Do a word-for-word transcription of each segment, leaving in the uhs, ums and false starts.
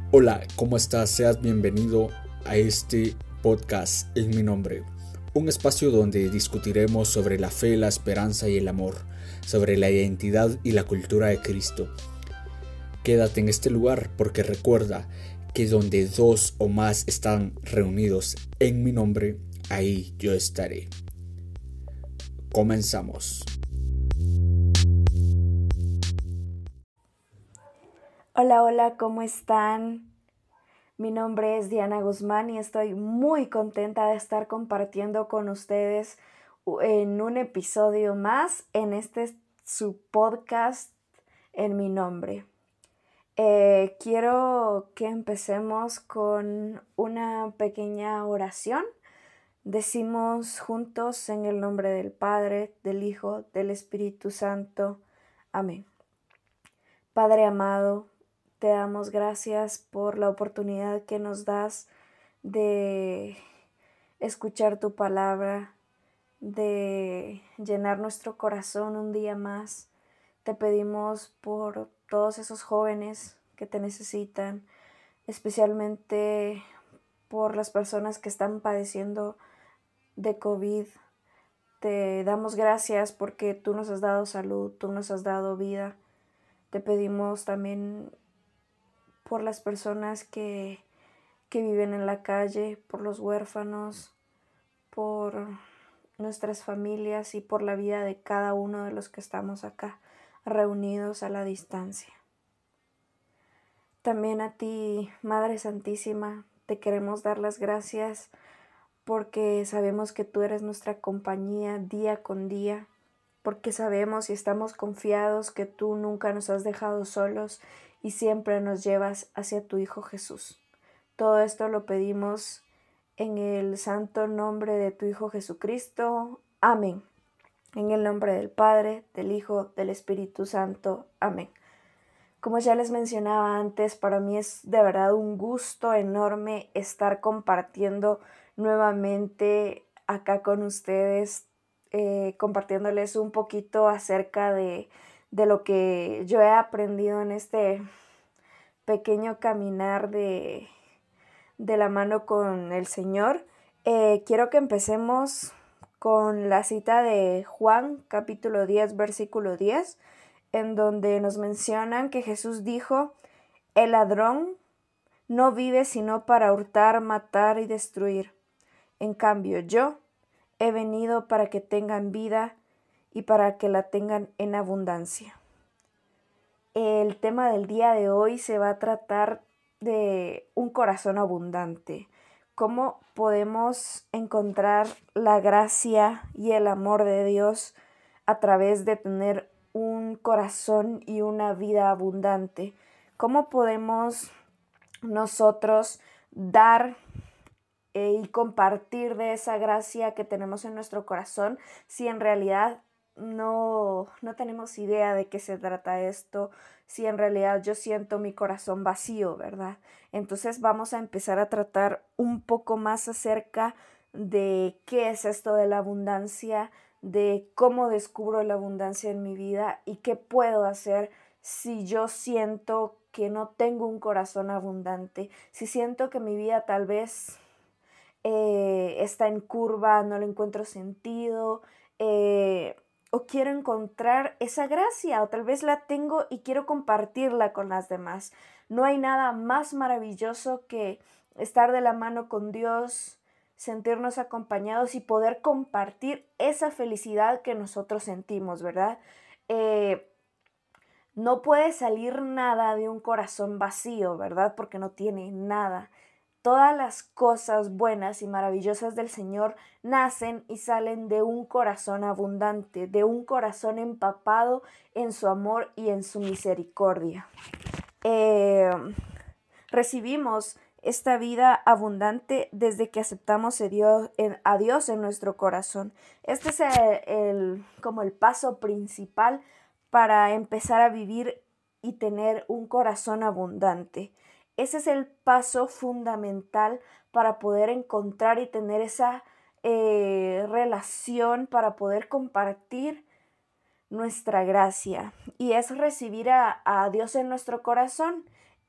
Hola, ¿cómo estás? Seas bienvenido a este podcast en mi nombre. Un espacio donde discutiremos sobre la fe, la esperanza y el amor, sobre la identidad y la cultura de Cristo. Quédate en este lugar porque recuerda que donde dos o más están reunidos en mi nombre, ahí yo estaré. Comenzamos. Hola, hola, ¿cómo están? Mi nombre es Diana Guzmán y estoy muy contenta de estar compartiendo con ustedes en un episodio más en este su podcast en mi nombre. Eh, quiero que empecemos con una pequeña oración. Decimos juntos en el nombre del Padre, del Hijo, del Espíritu Santo. Amén. Padre amado, te damos gracias por la oportunidad que nos das de escuchar tu palabra, de llenar nuestro corazón un día más. Te pedimos por todos esos jóvenes que te necesitan, especialmente por las personas que están padeciendo de COVID. Te damos gracias porque tú nos has dado salud, tú nos has dado vida. Te pedimos también por las personas que, que viven en la calle, por los huérfanos, por nuestras familias y por la vida de cada uno de los que estamos acá reunidos a la distancia. También a ti, Madre Santísima, te queremos dar las gracias porque sabemos que tú eres nuestra compañía día con día, porque sabemos y estamos confiados que tú nunca nos has dejado solos y siempre nos llevas hacia tu Hijo Jesús. Todo esto lo pedimos en el santo nombre de tu Hijo Jesucristo. Amén. En el nombre del Padre, del Hijo, del Espíritu Santo. Amén. Como ya les mencionaba antes, para mí es de verdad un gusto enorme estar compartiendo nuevamente acá con ustedes, eh, compartiéndoles un poquito acerca de, de lo que yo he aprendido en este pequeño caminar de, de la mano con el Señor. Eh, quiero que empecemos con la cita de Juan, capítulo diez, versículo diez, en donde nos mencionan que Jesús dijo: el ladrón no vive sino para hurtar, matar y destruir. En cambio, yo he venido para que tengan vida y para que la tengan en abundancia. El tema del día de hoy se va a tratar de un corazón abundante. ¿Cómo podemos encontrar la gracia y el amor de Dios a través de tener un corazón y una vida abundante? ¿Cómo podemos nosotros dar eh, y compartir de esa gracia que tenemos en nuestro corazón si en realidad no, no tenemos idea de qué se trata esto, si en realidad yo siento mi corazón vacío, ¿verdad? Entonces vamos a empezar a tratar un poco más acerca de qué es esto de la abundancia, de cómo descubro la abundancia en mi vida y qué puedo hacer si yo siento que no tengo un corazón abundante, si siento que mi vida tal vez eh, está en curva, no le encuentro sentido, eh, o quiero encontrar esa gracia, o tal vez la tengo y quiero compartirla con las demás. No hay nada más maravilloso que estar de la mano con Dios, sentirnos acompañados y poder compartir esa felicidad que nosotros sentimos, ¿verdad? Eh, no puede salir nada de un corazón vacío, ¿verdad? Porque no tiene nada. Todas las cosas buenas y maravillosas del Señor nacen y salen de un corazón abundante, de un corazón empapado en su amor y en su misericordia. Eh, recibimos esta vida abundante desde que aceptamos a Dios, a Dios en nuestro corazón. Este es el, el, como el paso principal para empezar a vivir y tener un corazón abundante. Ese es el paso fundamental para poder encontrar y tener esa eh, relación, para poder compartir nuestra gracia. Y es recibir a, a Dios en nuestro corazón.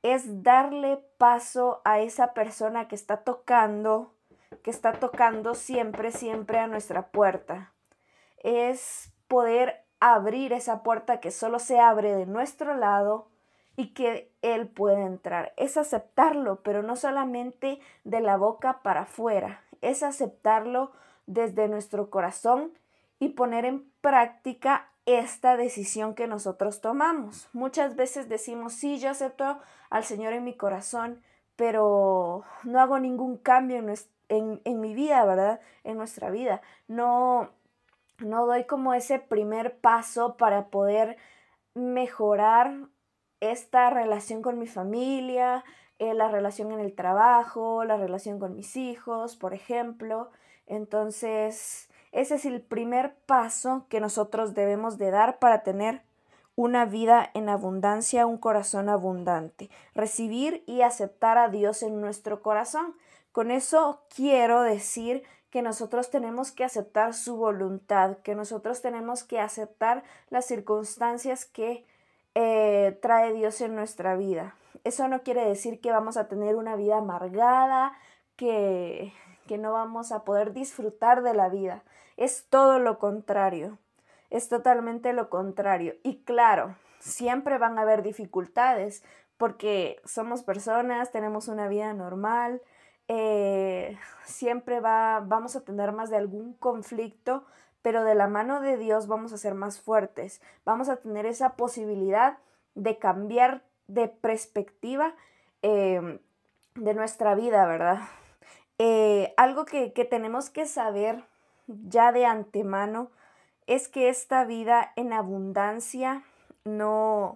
es darle paso a esa persona que está tocando, que está tocando siempre, siempre a nuestra puerta. Es poder abrir esa puerta que solo se abre de nuestro lado y que Él puede entrar. Es aceptarlo, pero no solamente de la boca para afuera, es aceptarlo desde nuestro corazón y poner en práctica esta decisión que nosotros tomamos. Muchas veces decimos, sí, yo acepto al Señor en mi corazón, pero no hago ningún cambio en, en, en mi vida, ¿verdad? En nuestra vida. No, no doy como ese primer paso para poder mejorar esta relación con mi familia, eh, la relación en el trabajo, la relación con mis hijos, por ejemplo. Entonces, ese es el primer paso que nosotros debemos de dar para tener una vida en abundancia, un corazón abundante. Recibir y aceptar a Dios en nuestro corazón. Con eso quiero decir que nosotros tenemos que aceptar su voluntad, que nosotros tenemos que aceptar las circunstancias que eh, trae Dios en nuestra vida. Eso no quiere decir que vamos a tener una vida amargada, que, que no vamos a poder disfrutar de la vida. Es todo lo contrario. Es totalmente lo contrario. Y claro, siempre van a haber dificultades porque somos personas, tenemos una vida normal, eh, siempre va, vamos a tener más de algún conflicto, pero de la mano de Dios vamos a ser más fuertes. Vamos a tener esa posibilidad de cambiar de perspectiva eh, de nuestra vida, ¿verdad? Eh, algo que, que tenemos que saber ya de antemano es que esta vida en abundancia no,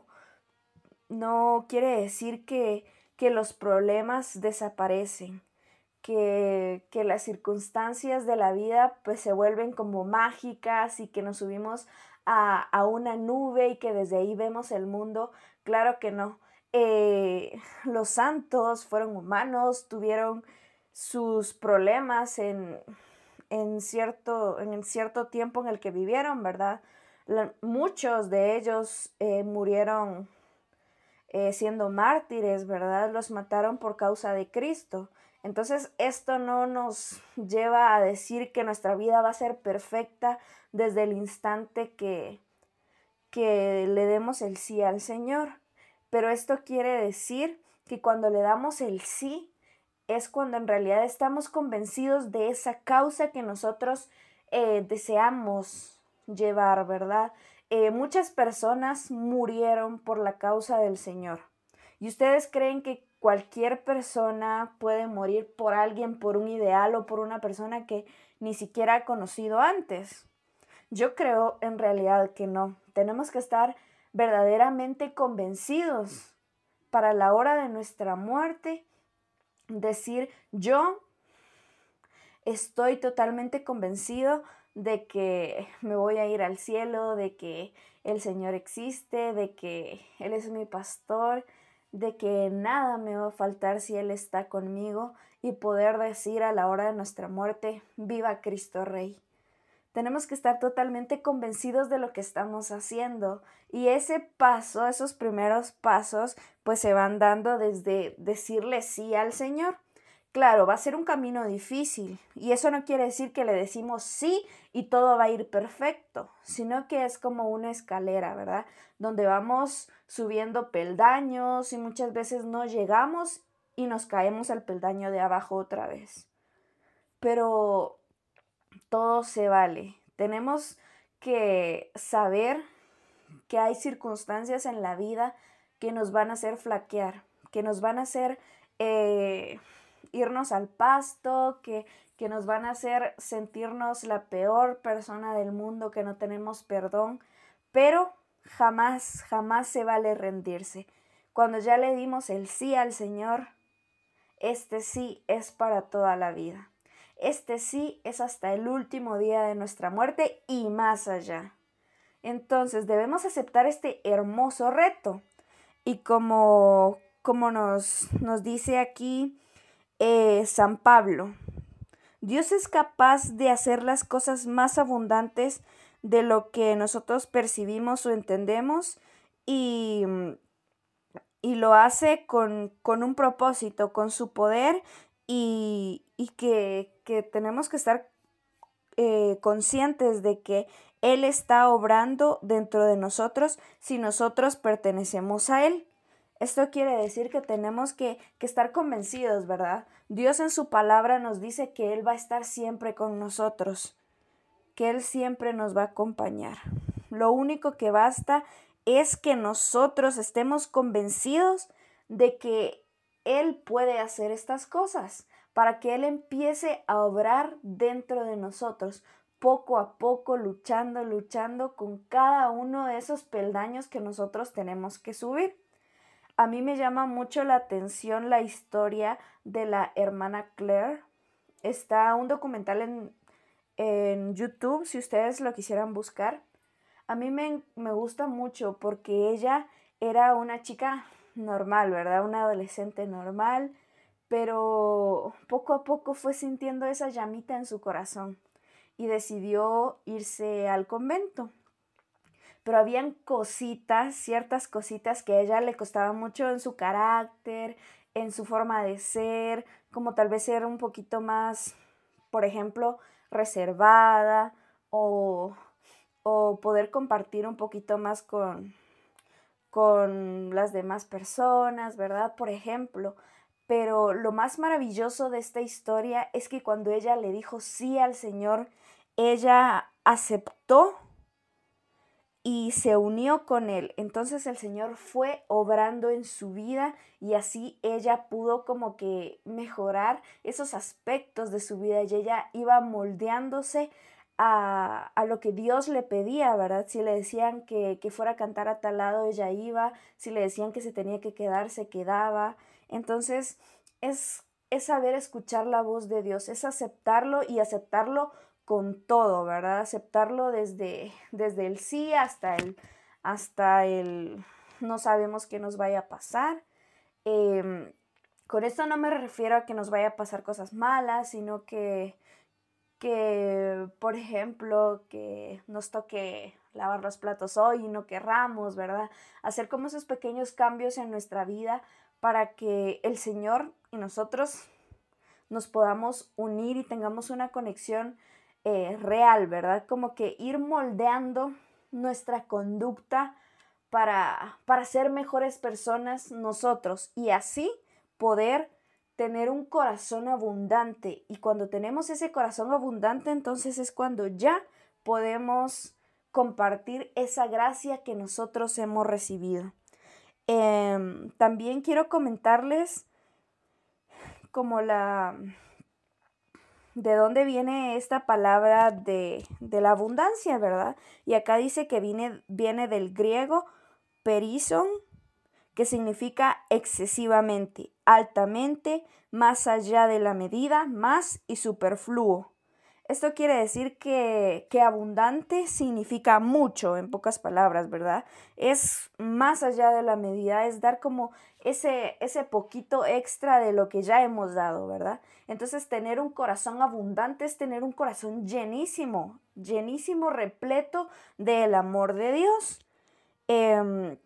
no quiere decir que, que los problemas desaparecen, que, que las circunstancias de la vida pues se vuelven como mágicas y que nos subimos a, a una nube y que desde ahí vemos el mundo. Claro que no. Eh, los santos fueron humanos, tuvieron sus problemas en En cierto, en cierto tiempo en el que vivieron, ¿verdad? La, muchos de ellos eh, murieron eh, siendo mártires, ¿verdad? Los mataron por causa de Cristo. Entonces, esto no nos lleva a decir que nuestra vida va a ser perfecta desde el instante que, que le demos el sí al Señor. Pero esto quiere decir que cuando le damos el sí, es cuando en realidad estamos convencidos de esa causa que nosotros eh, deseamos llevar, ¿verdad? Eh, muchas personas murieron por la causa del Señor. ¿Y ustedes creen que cualquier persona puede morir por alguien, por un ideal o por una persona que ni siquiera ha conocido antes? Yo creo en realidad que no. Tenemos que estar verdaderamente convencidos para la hora de nuestra muerte. Decir, yo estoy totalmente convencido de que me voy a ir al cielo, de que el Señor existe, de que Él es mi pastor, de que nada me va a faltar si Él está conmigo y poder decir a la hora de nuestra muerte, viva Cristo Rey. Tenemos que estar totalmente convencidos de lo que estamos haciendo y ese paso, esos primeros pasos, pues se van dando desde decirle sí al Señor. Claro, va a ser un camino difícil y eso no quiere decir que le decimos sí y todo va a ir perfecto, sino que es como una escalera, ¿verdad? Donde vamos subiendo peldaños y muchas veces no llegamos y nos caemos al peldaño de abajo otra vez. Pero todo se vale. Tenemos que saber que hay circunstancias en la vida que nos van a hacer flaquear, que nos van a hacer eh, irnos al pasto, que, que nos van a hacer sentirnos la peor persona del mundo, que no tenemos perdón, pero jamás, jamás se vale rendirse. Cuando ya le dimos el sí al Señor, este sí es para toda la vida. Este sí es hasta el último día de nuestra muerte y más allá. Entonces debemos aceptar este hermoso reto. Y como, como nos, nos dice aquí eh, San Pablo, Dios es capaz de hacer las cosas más abundantes de lo que nosotros percibimos o entendemos y, y lo hace con, con un propósito, con su poder y, y que, que tenemos que estar eh, conscientes de que Él está obrando dentro de nosotros si nosotros pertenecemos a Él. Esto quiere decir que tenemos que, que estar convencidos, ¿verdad? Dios en su palabra nos dice que Él va a estar siempre con nosotros, que Él siempre nos va a acompañar. Lo único que basta es que nosotros estemos convencidos de que Él puede hacer estas cosas, para que Él empiece a obrar dentro de nosotros, poco a poco, luchando, luchando con cada uno de esos peldaños que nosotros tenemos que subir. A mí me llama mucho la atención la historia de la hermana Claire. Está un documental en, en YouTube, si ustedes lo quisieran buscar. A mí me, me gusta mucho porque ella era una chica normal, ¿verdad? Una adolescente normal, pero poco a poco fue sintiendo esa llamita en su corazón y decidió irse al convento. Pero habían cositas, ciertas cositas que a ella le costaban mucho en su carácter, en su forma de ser, como tal vez ser un poquito más, por ejemplo, reservada o, o poder compartir un poquito más con, con las demás personas, ¿verdad? Por ejemplo. Pero lo más maravilloso de esta historia es que cuando ella le dijo sí al Señor, ella aceptó y se unió con Él. Entonces el Señor fue obrando en su vida y así ella pudo como que mejorar esos aspectos de su vida y ella iba moldeándose a, a lo que Dios le pedía, ¿verdad? Si le decían que, que fuera a cantar a tal lado, ella iba. Si le decían que se tenía que quedar, se quedaba. Entonces es, es saber escuchar la voz de Dios, es aceptarlo y aceptarlo con todo, ¿verdad? Aceptarlo desde, desde el sí hasta el, hasta el no sabemos qué nos vaya a pasar. Eh, con esto no me refiero a que nos vaya a pasar cosas malas, sino que, que, por ejemplo, que nos toque lavar los platos hoy y no querramos, ¿verdad? Hacer como esos pequeños cambios en nuestra vida para que el Señor y nosotros nos podamos unir y tengamos una conexión Eh, real, ¿verdad? Como que ir moldeando nuestra conducta para, para ser mejores personas nosotros y así poder tener un corazón abundante. Y cuando tenemos ese corazón abundante, entonces es cuando ya podemos compartir esa gracia que nosotros hemos recibido. Eh, también quiero comentarles como la... ¿De dónde viene esta palabra de, de la abundancia, verdad? Y acá dice que viene, viene del griego perison, que significa excesivamente, altamente, más allá de la medida, más y superfluo. Esto quiere decir que, que abundante significa mucho, en pocas palabras, ¿verdad? Es más allá de la medida, es dar como ese, ese poquito extra de lo que ya hemos dado, ¿verdad? Entonces, tener un corazón abundante es tener un corazón llenísimo, llenísimo, repleto del amor de Dios. Eh,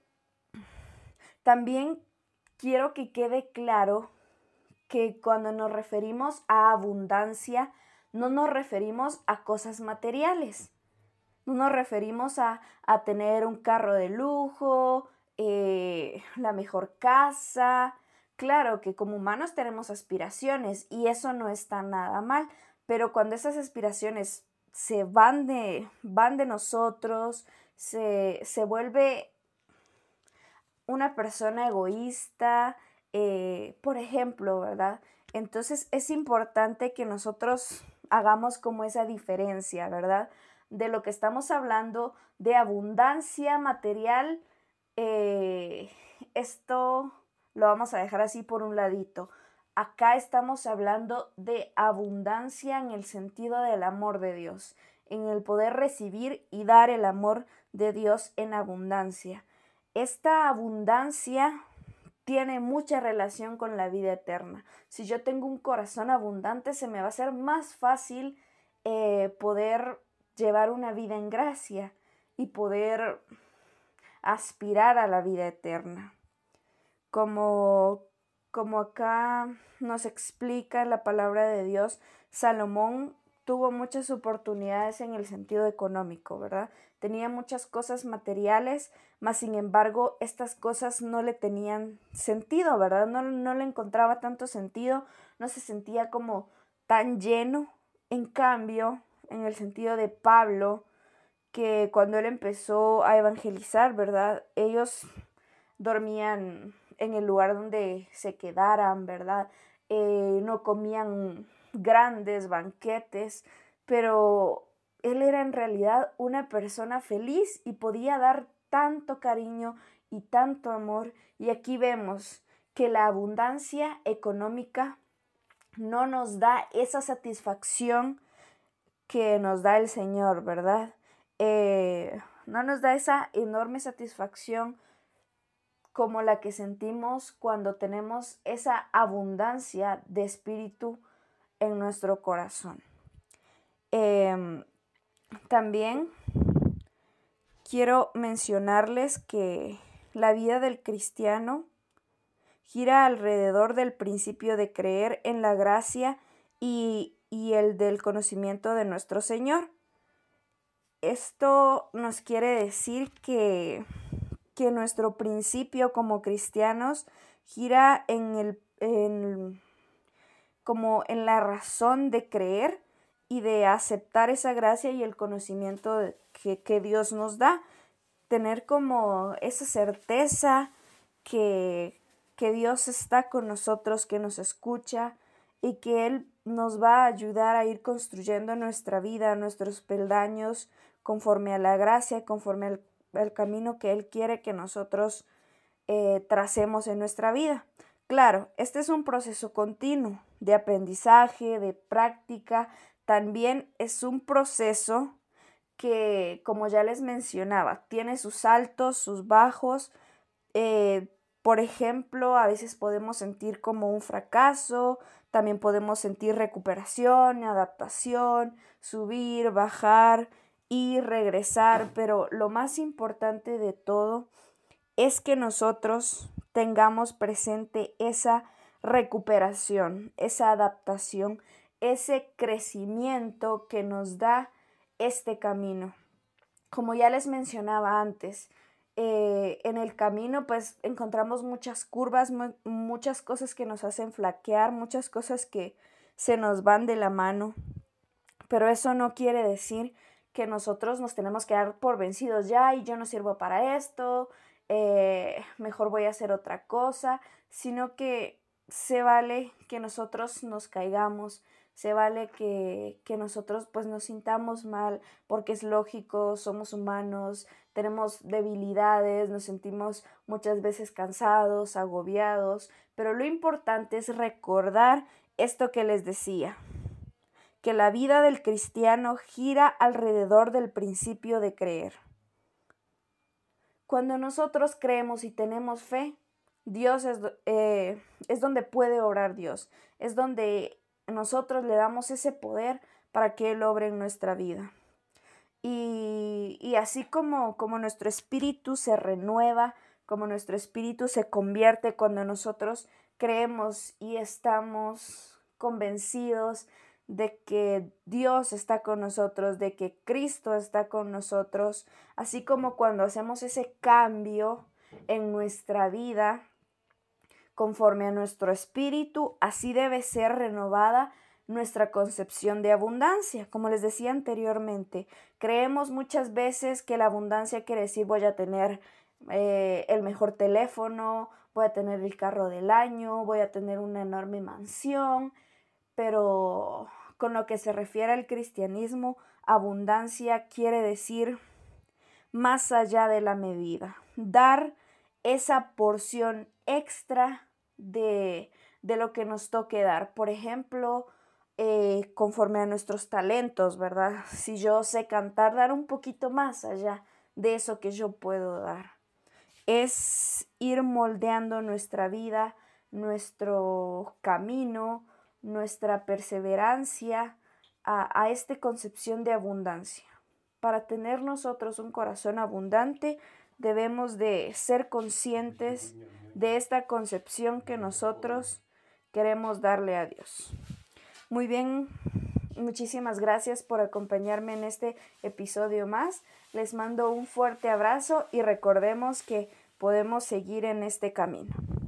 también quiero que quede claro que cuando nos referimos a abundancia, no nos referimos a cosas materiales. No nos referimos a, a tener un carro de lujo, eh, la mejor casa. Claro que como humanos tenemos aspiraciones y eso no está nada mal, pero cuando esas aspiraciones se van de, van de nosotros, se, se vuelve una persona egoísta, eh, por ejemplo, ¿verdad? Entonces es importante que nosotros hagamos como esa diferencia, ¿verdad? De lo que estamos hablando de abundancia material, eh, esto lo vamos a dejar así por un ladito. Acá estamos hablando de abundancia en el sentido del amor de Dios, en el poder recibir y dar el amor de Dios en abundancia. Esta abundancia tiene mucha relación con la vida eterna. Si yo tengo un corazón abundante, se me va a hacer más fácil eh, poder llevar una vida en gracia y poder aspirar a la vida eterna. Como, como acá nos explica la palabra de Dios, Salomón tuvo muchas oportunidades en el sentido económico, ¿verdad? Tenía muchas cosas materiales, mas sin embargo estas cosas no le tenían sentido, ¿verdad? No, no le encontraba tanto sentido, no se sentía como tan lleno. En cambio, en el sentido de Pablo, que cuando él empezó a evangelizar, ¿verdad? Ellos dormían en el lugar donde se quedaran, ¿verdad? Eh, no comían grandes banquetes, pero él era en realidad una persona feliz y podía dar tanto cariño y tanto amor. Y aquí vemos que la abundancia económica no nos da esa satisfacción que nos da el Señor, ¿verdad? Eh, no nos da esa enorme satisfacción como la que sentimos cuando tenemos esa abundancia de espíritu en nuestro corazón. Eh, también quiero mencionarles que la vida del cristiano gira alrededor del principio de creer en la gracia y, y el del conocimiento de nuestro Señor. Esto nos quiere decir que, que nuestro principio como cristianos gira en el, en, como en la razón de creer y de aceptar esa gracia y el conocimiento que, que Dios nos da. Tener como esa certeza que, que Dios está con nosotros, que nos escucha y que Él nos va a ayudar a ir construyendo nuestra vida, nuestros peldaños, conforme a la gracia, conforme al, al camino que Él quiere que nosotros eh, tracemos en nuestra vida. Claro, este es un proceso continuo de aprendizaje, de práctica. También es un proceso que, como ya les mencionaba, tiene sus altos, sus bajos. Eh, por ejemplo, a veces podemos sentir como un fracaso, también podemos sentir recuperación, adaptación, subir, bajar y regresar, pero lo más importante de todo es que nosotros tengamos presente esa recuperación, esa adaptación, ese crecimiento que nos da este camino. Como ya les mencionaba antes, eh, en el camino pues encontramos muchas curvas, mu- muchas cosas que nos hacen flaquear, muchas cosas que se nos van de la mano, pero eso no quiere decir que nosotros nos tenemos que dar por vencidos ya y yo no sirvo para esto, eh, mejor voy a hacer otra cosa, sino que se vale que nosotros nos caigamos, se vale que, que nosotros pues nos sintamos mal, porque es lógico, somos humanos, tenemos debilidades, nos sentimos muchas veces cansados, agobiados, pero lo importante es recordar esto que les decía, que la vida del cristiano gira alrededor del principio de creer. Cuando nosotros creemos y tenemos fe, Dios es, eh, es donde puede obrar Dios, es donde nosotros le damos ese poder para que Él obre en nuestra vida. Y, y así como, como nuestro espíritu se renueva, como nuestro espíritu se convierte cuando nosotros creemos y estamos convencidos de que Dios está con nosotros, de que Cristo está con nosotros, así como cuando hacemos ese cambio en nuestra vida conforme a nuestro espíritu, así debe ser renovada nuestra concepción de abundancia. Como les decía anteriormente, creemos muchas veces que la abundancia quiere decir voy a tener eh, el mejor teléfono, voy a tener el carro del año, voy a tener una enorme mansión, pero con lo que se refiere al cristianismo, abundancia quiere decir más allá de la medida, dar esa porción extra de, de lo que nos toque dar. Por ejemplo, eh, conforme a nuestros talentos, ¿verdad? Si yo sé cantar, dar un poquito más allá de eso que yo puedo dar. Es ir moldeando nuestra vida, nuestro camino, nuestra perseverancia a, a esta concepción de abundancia. Para tener nosotros un corazón abundante, debemos de ser conscientes de esta concepción que nosotros queremos darle a Dios. Muy bien, muchísimas gracias por acompañarme en este episodio más. Les mando un fuerte abrazo y recordemos que podemos seguir en este camino.